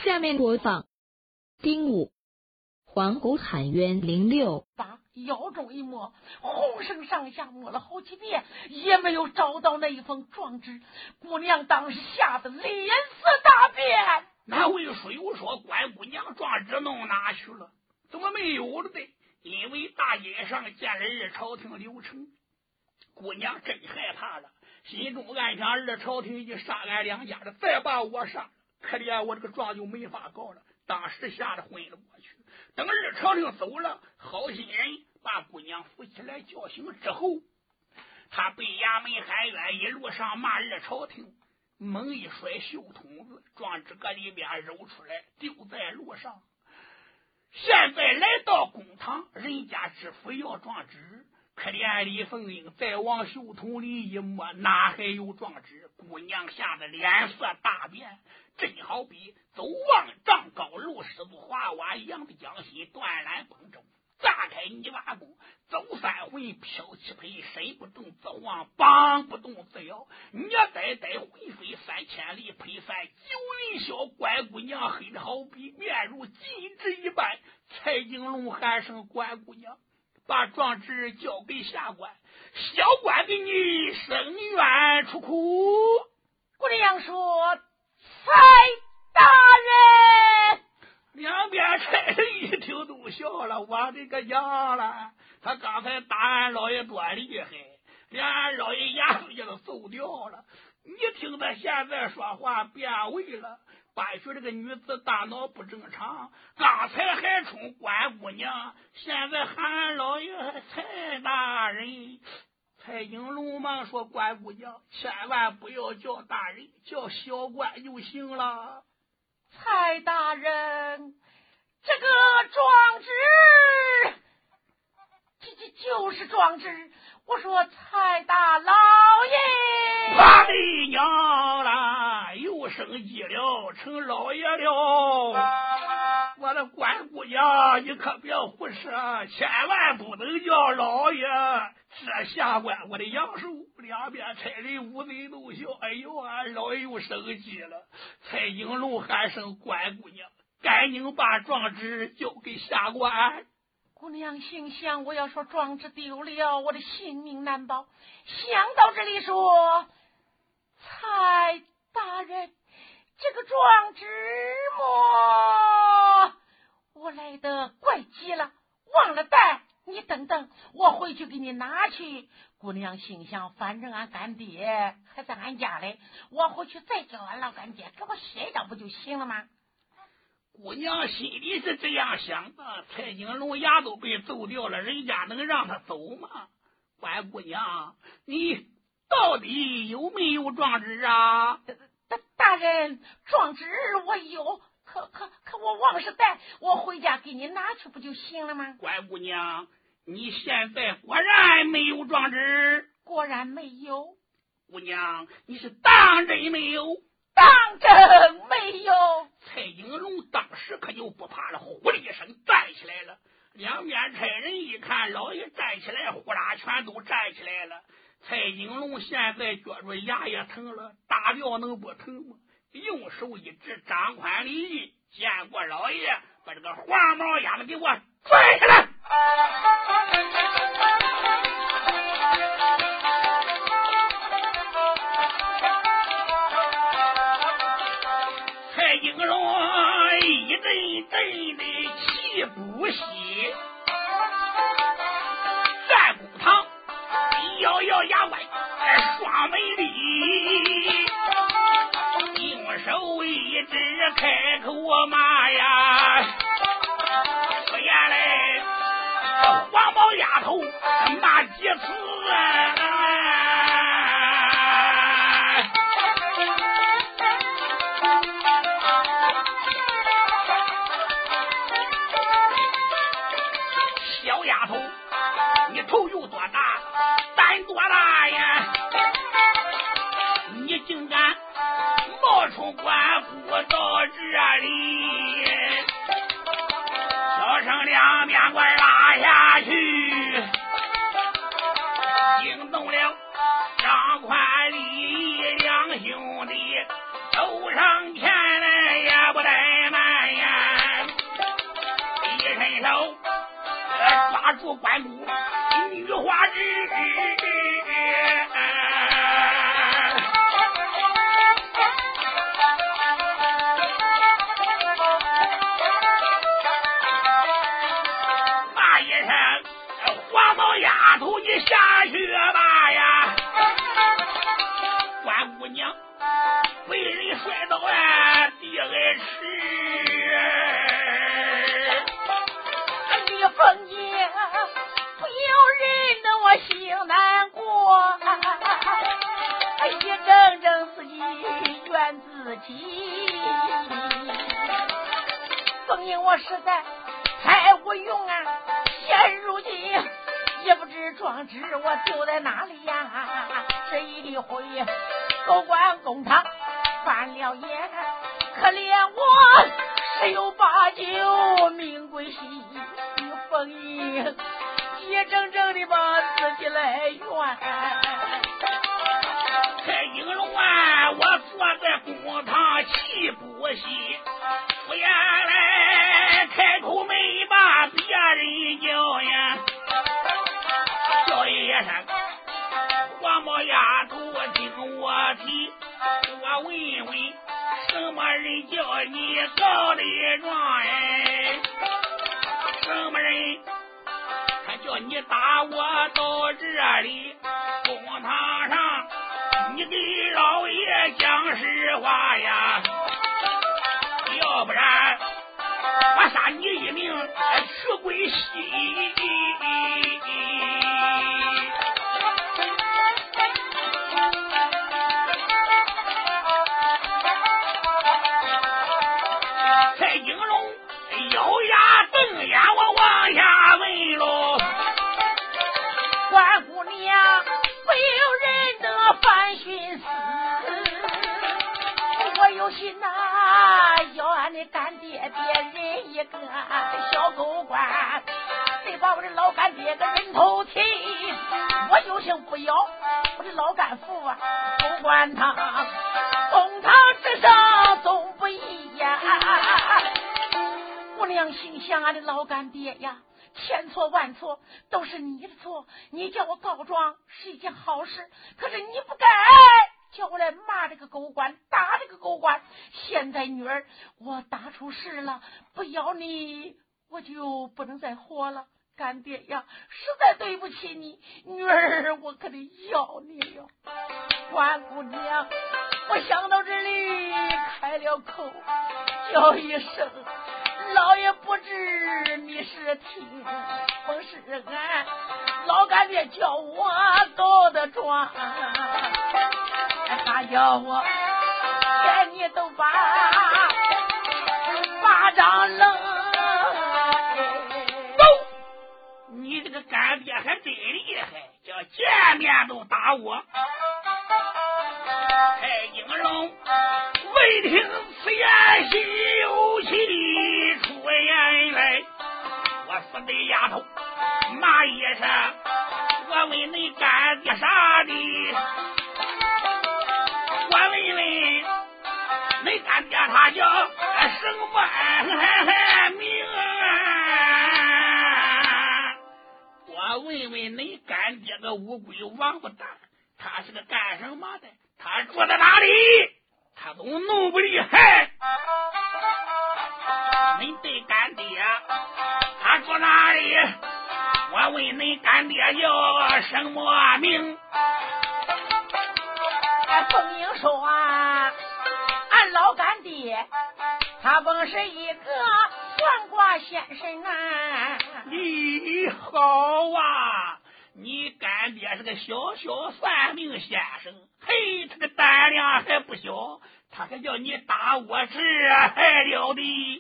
下面播放丁武黄狗喊冤06。 把腰中一摸，浑身上下摸了好几遍，也没有找到那一封状纸。姑娘当时吓得脸色大变。 那位书友说：“乖姑娘，状纸弄哪去了？怎么没有了的？因为大街上见了二朝廷刘成。”姑娘真害怕了，心中暗想：二朝廷已经杀俺两家了，再把我杀了，可怜我这个状就没法告了。当时吓得昏了过去。等二朝廷走了，好心人把姑娘扶起来叫醒之后，他被衙门喊冤，一路上骂二朝廷，猛一甩袖筒子，状纸搁里边揉出来，丢在路上。现在来到公堂，人家知府要状纸，可怜李凤英再往袖筒里一摸，哪还有状纸？姑娘吓得脸色大变，真好比走望丈高楼，狮子华瓦一样的江心，断缆崩舟，炸开泥瓦工，走三回飘起飞，身不动自晃，膀不动自摇，捏呆呆回飞3千里，配饭9里小，乖姑娘黑的好比面如金纸一般。蔡景龙喊声：“乖姑娘，把状纸交给下官，小官给你伸冤出苦。” 姑娘说：“蔡大人！” 两边差人一听都笑了，我的个娘了！他刚才打俺老爷多厉害，连俺老爷牙都给他揍掉了。你听他现在说话变味了，半许这个女子大脑不正常，刚才还冲关姑娘，现在喊俺老爷蔡大人。蔡景龙忙说：“关姑娘，千万不要叫大人，叫小官就行了。” 蔡大人，这个状纸，这就是状纸。我说蔡大老爷， 我的娘啦，又生气了，成老爷了。我的关姑娘，你可别胡说，千万不能叫老爷。这下官我的杨叔，两边差人捂嘴都笑。哎呦，俺老爷又生气了。蔡景龙喊声：“关姑娘，赶紧把状纸交给下官。” 姑娘心想：我要说状纸丢了，我的性命难保。想到这里说：“蔡大人，这个状纸么？我来的怪急了，忘了带。你等等，我回去给你拿去。”姑娘心想：反正俺干爹还在俺家嘞，我回去再叫俺老干爹给我写一张不就行了吗？ 姑娘心里是这样想的，蔡景龙牙都被揍掉了，人家能让他走吗？关姑娘，你到底有没有状纸啊？ 大人，状纸我有，可我忘是带，我回家给你拿去不就行了吗？ 关姑娘，你现在果然没有状纸？ 果然没有。 姑娘，你是当真没有？ 当真没有。 蔡景龙当时可就不怕了，呼的一声站起来了。两边差人一看老爷站起来，呼啦全都站起来了。蔡景龙现在觉着牙也疼了，大掉能不疼吗？用手一指张宽礼，见过老爷，把这个黄毛丫头给我拽下来。蔡景龙一阵阵的气不息，站公堂咬咬牙关，双眉里用手一指开口骂呀，说原来黄毛丫头骂几次啊？小丫头，你头有多大，胆多大呀？你竟敢冒充官府到这里，小声两边给我拉下去，惊动了府关谷女花枝。骂一声黄毛丫头你下去吧呀，关姑娘被人摔倒呀地挨吃。 李凤姐不要人的我心难过，一整整自己怨自己。凤英我实在太无用啊，现如今也不知壮志我丢在哪里呀。这一回狗官公堂翻了眼，可怜我十有八九命归西。凤英一整整的把自己来怨。 蔡英龙啊，我坐在公堂气不息，不原来开口没把别人叫呀，叫一声黄毛丫头听我提，我问问什么人叫你告的状哎？什么人他叫你打我到这里公堂上，你给老爷讲实话呀，要不然我杀你一命去归西。蔡英龙咬牙瞪眼我往下问喽， 关姑娘不有人的犯寻死，我有心呐要俺的干爹别人一个小狗官，得把我的老干爹个人头提，我有心不要我的老干父啊，狗官他公堂之上总不义呀。姑娘心想俺的老干爹呀，千错万错都是你的错，你叫我告状是一件好事，可是你不该叫我来骂这个狗官打这个狗官，现在女儿我打出事了，不要你我就不能再活了，干爹呀实在对不起你，女儿我可得要你了。关姑娘我想到这里开了口叫一声，老爷不知你是听不是俺老干爹叫我告的状，他叫我见你都把巴掌扔。 你这个干爹还真厉害，叫见面都打我。蔡英龙未听此言心有气出言来，我死的丫头骂一声，我问你干爹啥的，我问问你干爹他叫什么名啊？我问问你干爹个乌龟王八蛋，他是个干什么的？他住在哪里？他都弄不厉害。你对干爹他住哪里？我问你干爹叫什么名？ 凤英说啊，俺老干爹他本是一个算卦先生啊。 你好啊，你干爹是个小小算命先生，嘿，这个胆量还不小，他还叫你打我这还了的。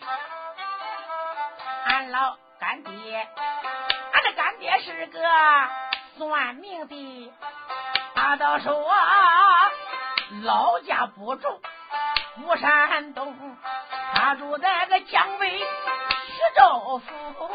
俺老干爹，俺的干爹是个算命的，他倒说老家不住吴山东，他住在个江北徐州府，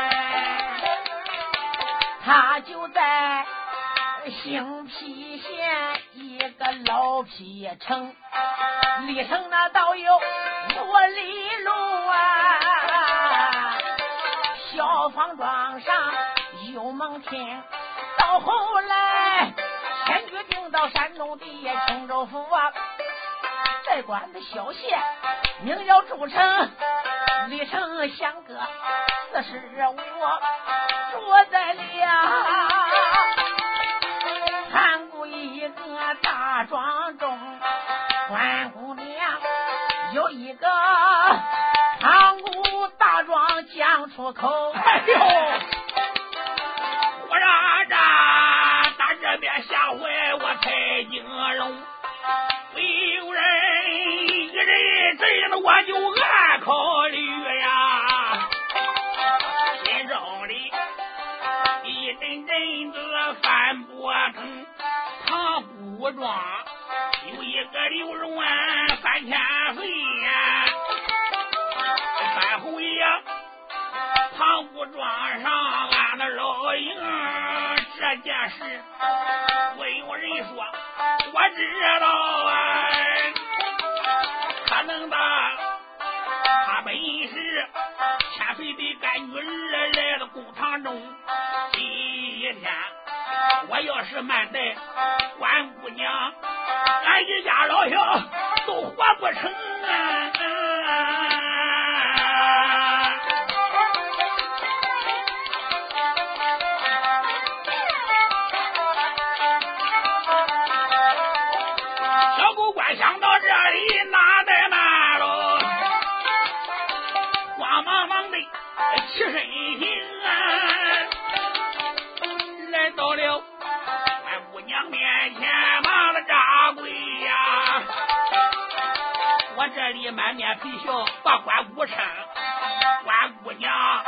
他就在兴皮县一个老皮城，里程那倒有5里路啊，小方庄上有猛听。到后来迁居定到山东地青州府啊，在管的小县名叫诸城，里程相隔45，住在了汉谷一个大庄中。关姑娘有一个塘沽大庄讲出口， 哎呦，我让打这边下回我蔡金龙，没有人一人这样的我就暗考虑呀，心中里一阵阵子翻波腾。塘沽庄有一个刘荣3000岁呀，3回呀，塘沽庄上俺的老营这件事，我有人说我知道啊，可能的他本是千岁的干女儿来到公堂中，第一天我要是慢待关姑娘，俺一家老小都活不成啊！小狗官想到这里哪怠慢喽，慌忙忙的起身行啊，来到了关姑娘面前忙了扎跪呀，我这里满面陪笑把关姑称，关姑娘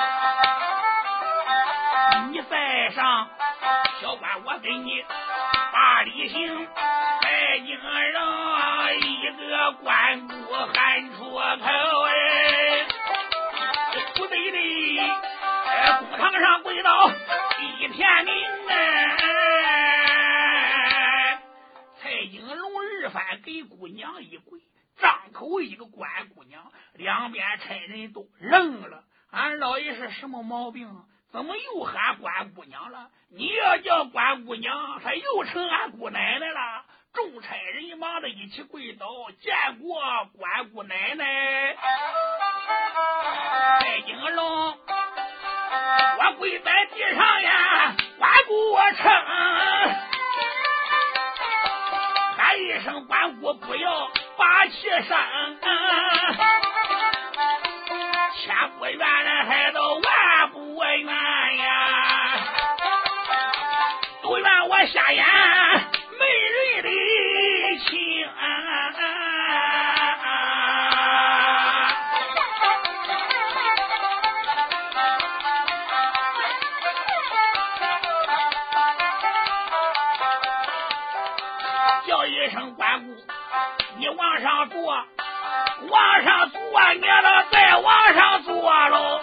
你在上，小官我给你把礼行，蔡京人一个关姑喊出口哎，不对的公堂上跪倒一片名蔡京龙日翻给姑娘一跪，张口一个关姑娘，两边差人都愣了。俺老爷是什么毛病？怎么又喊关姑娘了？你要叫关姑娘，他又成俺姑奶奶了。众差人忙的一起跪倒，见过关姑奶奶。蔡京龙，我跪在地上呀，关姑称，喊一声关姑不要把气生，千不愿人还都万不愿呀，都怨我瞎眼没人的情叫一声关姑，你往上坐，往上坐，你了再往上坐喽。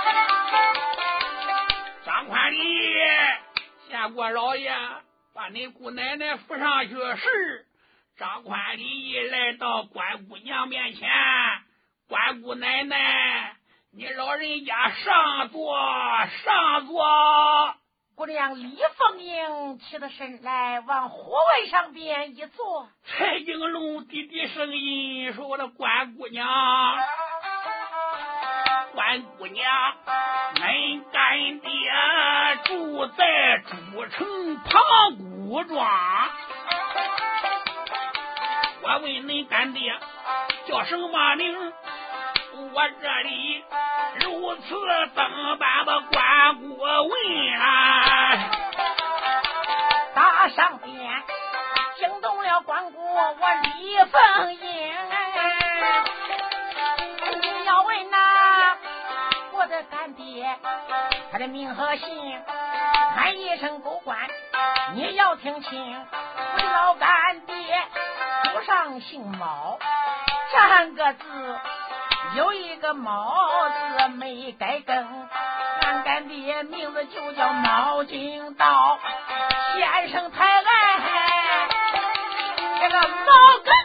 张宽礼见过老爷，把你姑奶奶扶上去。是。张宽礼一来到关姑娘面前，关姑奶奶，你老人家上座，上座。 姑娘李凤英起了身来，往火位上边一坐。 蔡京龙低低声音说：“我的关姑娘，关姑娘，恁干爹住在诸城塘沽庄。我问恁干爹叫什么名？我这里如此登班的关姑问啊， 大上边惊动了关姑我李凤英。你要问呐，我的干爹他的名和姓，喊一声狗官，你要听清，老干爹头上姓毛，3个字有一个毛字没改更，俺干爹名字就叫毛金道，先生太爱这个毛根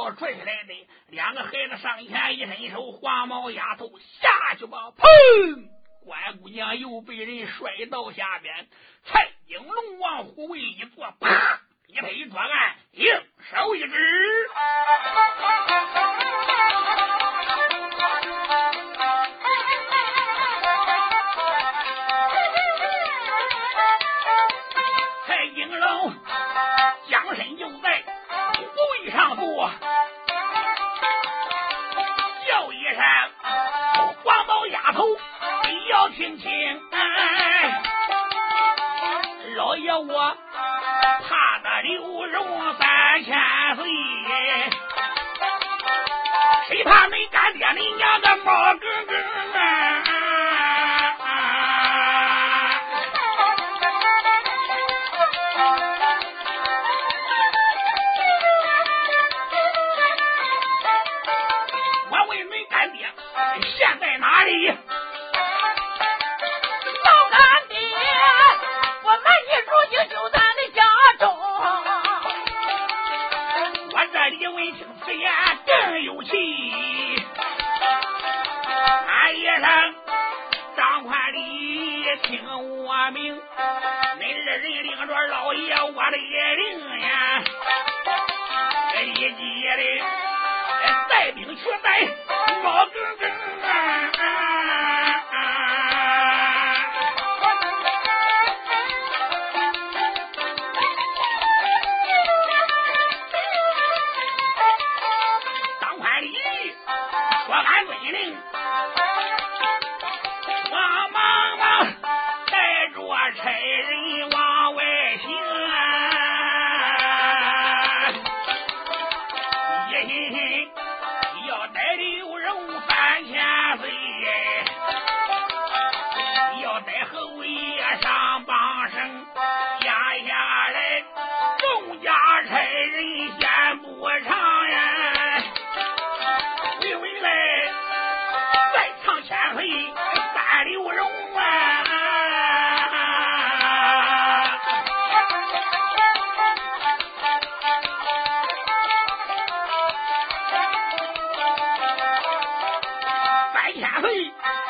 宝出起来的，两个孩子上前一伸手，黄毛丫头下去吧，砰！关姑娘又被人摔到下边，蔡景龙往虎位一坐，啪！一推桌案，应手一指。蔡景龙将身就在虎位上坐，叫一声黄毛丫头要听清，老爷我怕的刘荣3000岁，谁怕你干爹你娘个毛哥哥我问你干爹现在哪里？ 老干爹，我们一如今就在你家中。 我这里闻听此言更有气，俺一声张宽礼听我明，恁二人领着老爷我的令呀，立即的带兵去带老哥哥张宽礼说俺遵令，慌忙忙带着差人往外行，一心要带刘荣3000岁，要带侯爷上榜绳，压下来众家差人先不唱呀，回回来再唱千岁三刘荣啊。3000岁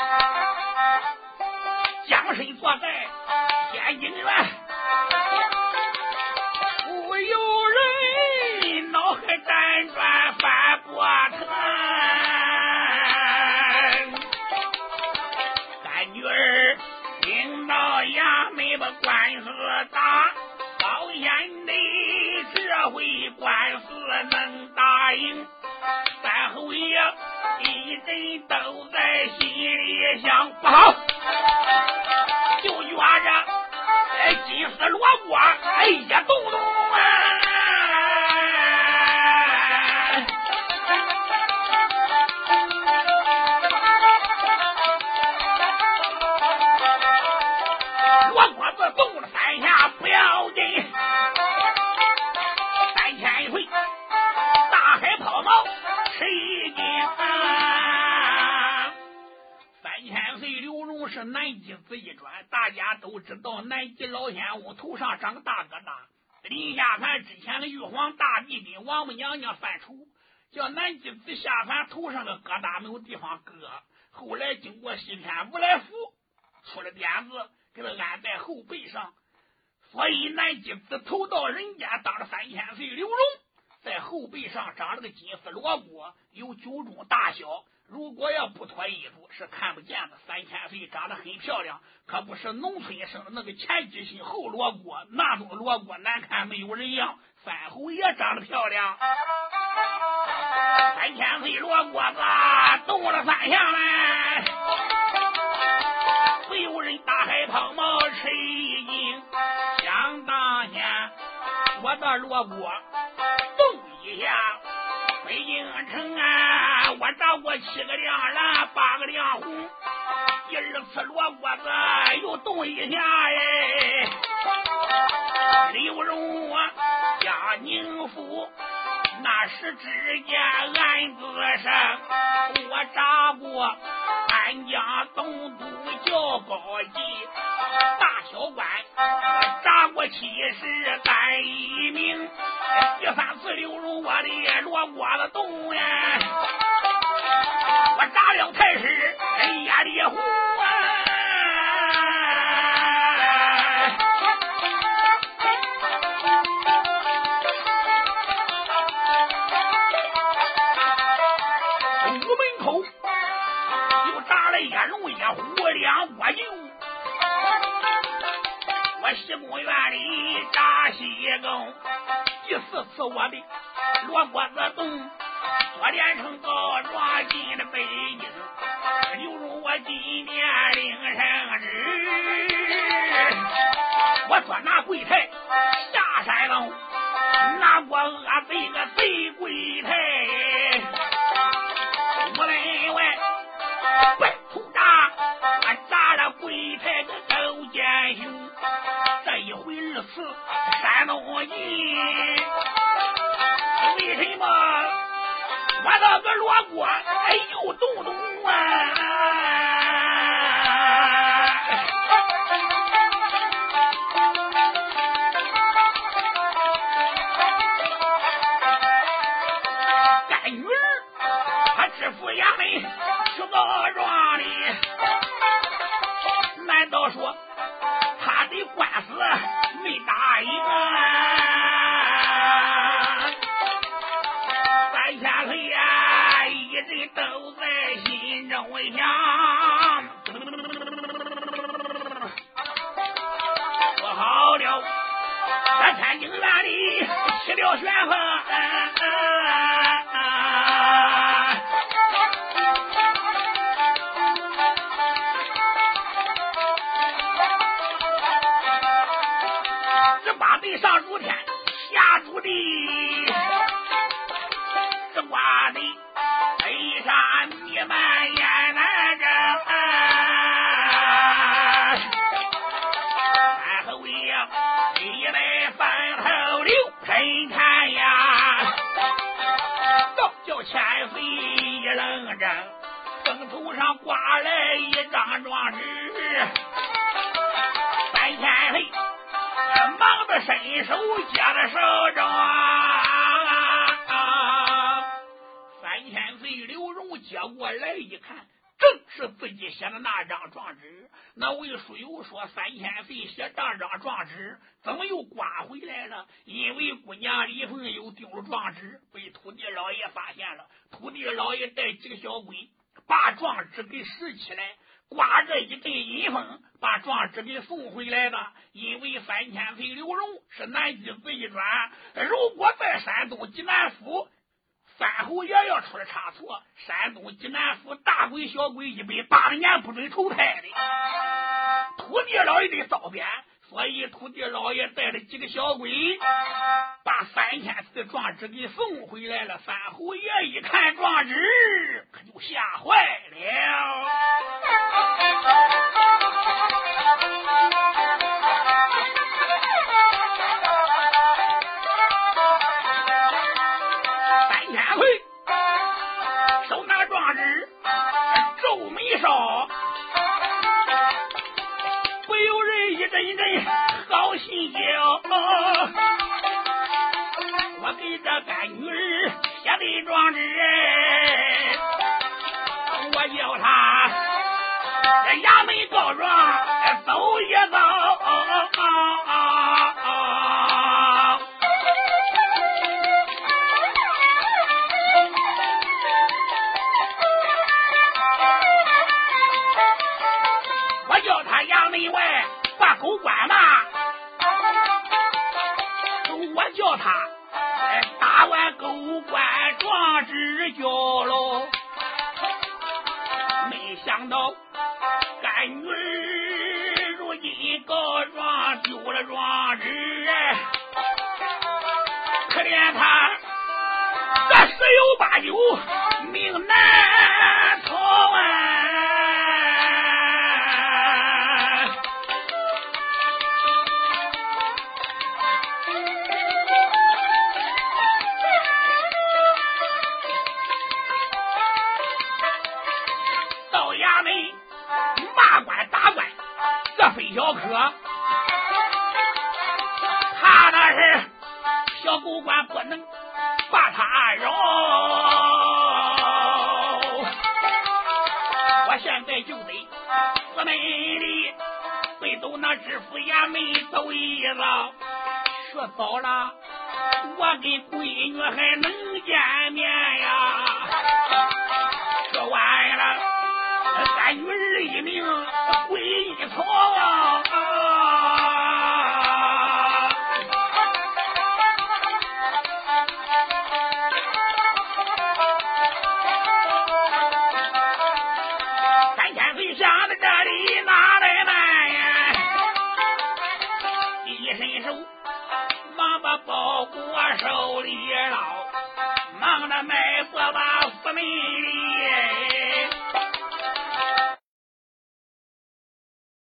将身坐在天津院，不由人脑海辗转翻波腾，干女儿领到衙门把官司打，保险的这回官司能打赢，三侯爷一人都在心里想，不好，就觉着金丝罗锅一动动罗锅子动了3下不要紧，3000岁大海抛锚吃一惊3000岁刘荣是南极子一转，大家都知道南极老仙翁头上长个大疙瘩，临下凡之前的玉皇大帝跟王母娘娘犯愁，叫南极子下凡头上的疙瘩没有地方搁，后来经过西天如来佛出了点子，给他安在后背上，所以南极子投到人间当了3000岁刘荣，在后背上长了个金丝罗锅，有9种大小，如果要不脱衣服是看不见的。3000岁长得很漂亮，可不是农村生的那个前几心后罗锅，那种罗锅难看没有人样。三侯爷长得漂亮，3000岁罗锅子动了3下来，没有人大海抛锚吃一惊。想当年我的罗锅动一下，北京城啊，我找过7个亮蓝8个亮红，第2次罗锅子又动一下哎，刘荣啊家宁府那时只见案子上，我查过安江东都叫高级大小官，我查过70单一名，第三次刘荣我的罗锅子洞呀，我炸了才是压力湖啊！屋门口又炸了野龙野虎两锅酒，我西公园里炸西宫，第四次我的罗锅子洞左连成告状进了北京，刘荣我今年领圣旨，我专拿柜台下山喽，拿过恶贼个贼柜台，我门外白头铡，砸了柜台个勾践兄，这一回2次山东进，为什么我那个罗锅又动动啊？干女儿她知府衙门去告状里，难道说他的官司没打赢啊？三千岁呀，一直都在心中想，说好了，在天津院里起了旋风，这把地上主天下主地，这瓜的北山弥漫烟南着，三后爷一来饭后刘神看呀，倒叫千岁一愣着，风头上挂来一张状纸，三千岁忙的伸手接了手中三千岁刘荣接过来一看，正是自己写的那张状纸。那位书友说，三千岁写这张状纸怎么又刮回来了？因为姑娘李凤又丢了状纸，被土地老爷发现了。土地老爷带几个小鬼把状纸给拾起来，刮着一阵阴风，把状纸给送回来的。因为三千岁刘荣是南极子一转，如果在山东济南府三侯爷要出了差错，山东济南府大鬼小鬼180年不准投胎的，土地老爷得遭鞭。所以土地老爷带着几个小鬼把三千岁的状纸给送回来了。三侯爷一看状纸可就吓坏了，三千岁手拿状纸皱眉梢，不由人一阵一阵好心焦。我给这干女儿写的状纸，我叫他这衙门告状走一走。我叫他衙门外把狗关吧，我叫他打完狗关状纸交喽。没想到干女儿如今告状丢了状纸，可怜他这10有8九命难逃啊！到衙门骂官打官这非小可，他那是狗官不能把他饶。我现在就得四门里对走那知府衙门走一遭，学早了我跟闺女还能见面呀。说完了俺女儿一命归一草啊。3000岁想在这里哪来慢呀？一伸手忙把包裹手里捞，忙着买